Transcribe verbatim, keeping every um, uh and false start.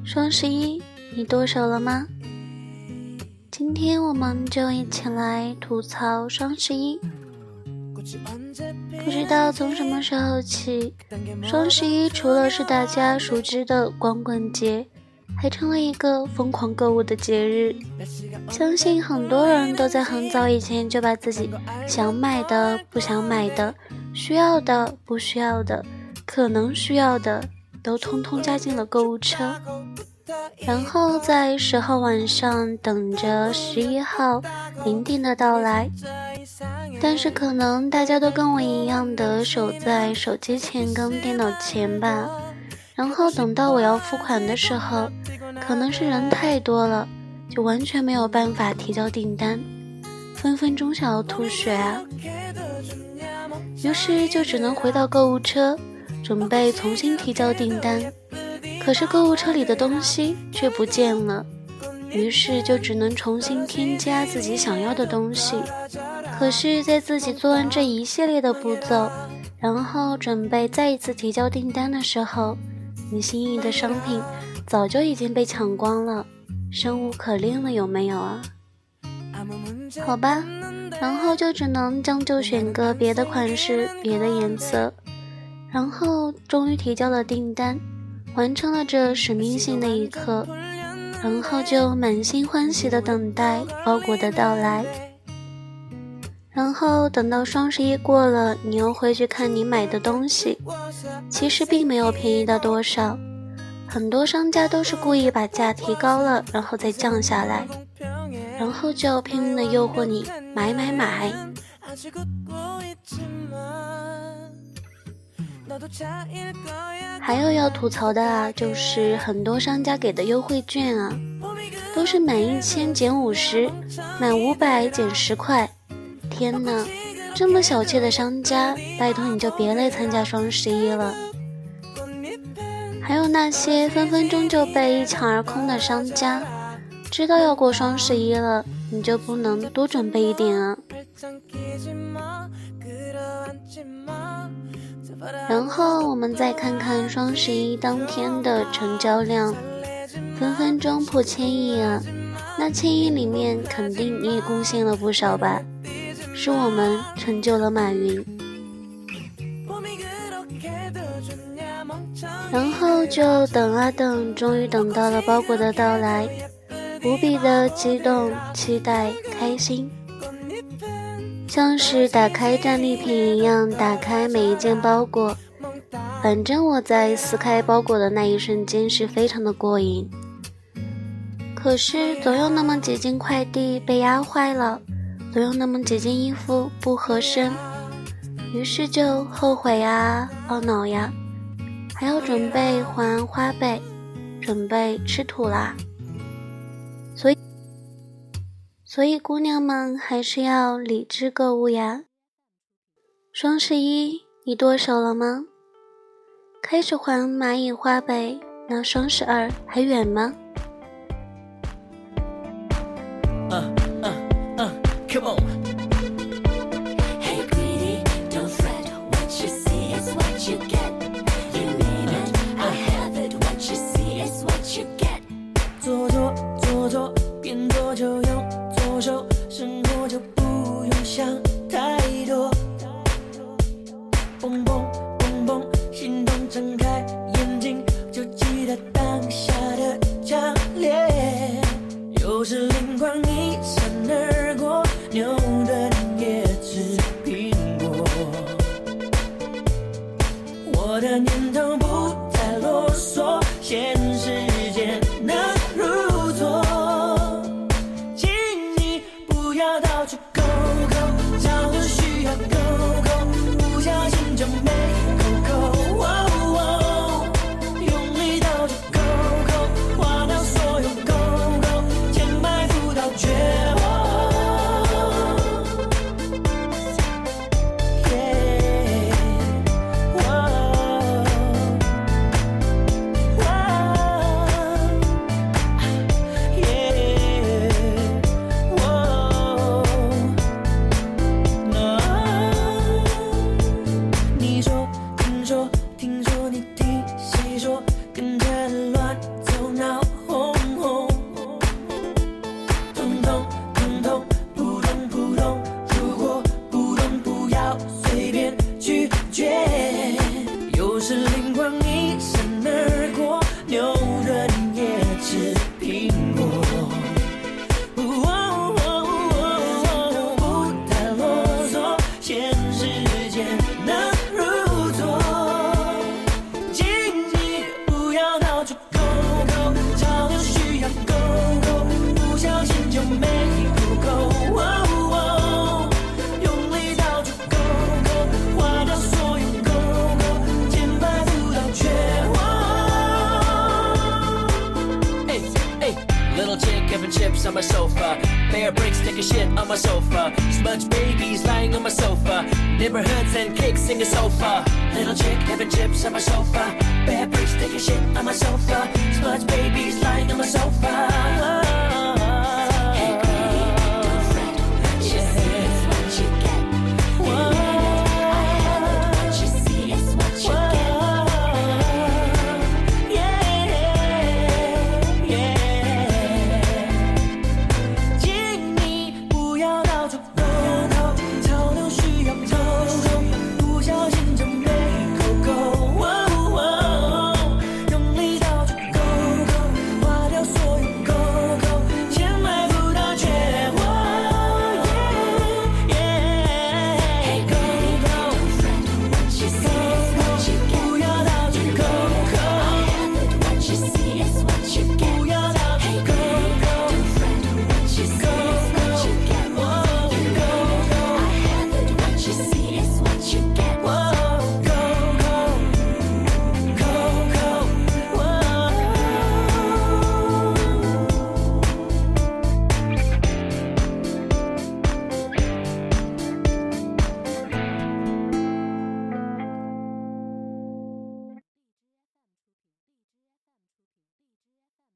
双十一你剁手了吗？今天我们就一起来吐槽双十一。不知道从什么时候起，双十一除了是大家熟知的光棍节，还成了一个疯狂购物的节日。相信很多人都在很早以前就把自己想买的、不想买的、需要的、不需要的、可能需要的都通通加进了购物车，然后在十号晚上等着十一号零点的到来。但是可能大家都跟我一样的守在手机前跟电脑前吧，然后等到我要付款的时候，可能是人太多了，就完全没有办法提交订单，分分钟想要吐血啊。于是就只能回到购物车，准备重新提交订单，可是购物车里的东西却不见了，于是就只能重新添加自己想要的东西。可是在自己做完这一系列的步骤，然后准备再一次提交订单的时候，你心仪的商品早就已经被抢光了，生无可恋了，有没有啊？好吧，然后就只能将就选个别的款式、别的颜色，然后终于提交了订单，完成了这使命性的一刻，然后就满心欢喜地等待包裹的到来。然后等到双十一过了，你又回去看你买的东西，其实并没有便宜到多少，很多商家都是故意把价提高了，然后再降下来，然后就拼命的诱惑你买买买。还有要吐槽的啊，就是很多商家给的优惠券啊，都是满一千减五十，满五百减十块。天哪，这么小气的商家，拜托你就别来参加双十一了。还有那些分分钟就被一抢而空的商家，知道要过双十一了，你就不能多准备一点啊？然后我们再看看双十一当天的成交量，分分钟破千亿啊！那千亿里面肯定你也贡献了不少吧？是我们成就了马云。然后就等啊等，终于等到了包裹的到来，无比的激动、期待、开心，像是打开战利品一样打开每一件包裹。反正我在撕开包裹的那一瞬间是非常的过瘾，可是总有那么几件快递被压坏了，总有那么几件衣服不合身，于是就后悔呀、懊恼呀，还要准备还花呗，准备吃土啦。所以所以姑娘们还是要理智购物呀。双十一你剁手了吗？开始还蚂蚁花呗，那双十二还远吗？Uh, uh, uh, come on. Hey greedy, don't fret. What you see is what you get. You name it, I have it. What you see is what you get. 做做做做，边做就用左手，生活就不用想太多。蹦蹦蹦蹦，心动睁开眼睛，就记得当下的强烈。有时灵光一闪而过，牛顿也吃苹果。我的念头不再啰嗦，现实间能如错，请你不要到处勾勾，找我需要勾勾，不小心就没勾勾。哦哦，用力到处勾勾，花掉所有勾勾，钱买不到绝望。你说，听说，听说，你听谁说，跟着乱走闹。 是灵光一闪而过，牛人也吃苹果。不太啰嗦，现实间能如昨。请你不要到处勾勾，潮流需要勾勾，不小心就没不够。用力到处勾勾，花掉所有勾勾，键盘不到缺货。Hey, hey, little chick having chips on my sofa. Bear bricks taking shit on my sofa. Smudge babies lying on my sofa. Neighborhoods and kicks singing sofa. Little chick having chips on my sofa. Bear bricks taking shit on my sofa. Smudge babies lying on my sofa.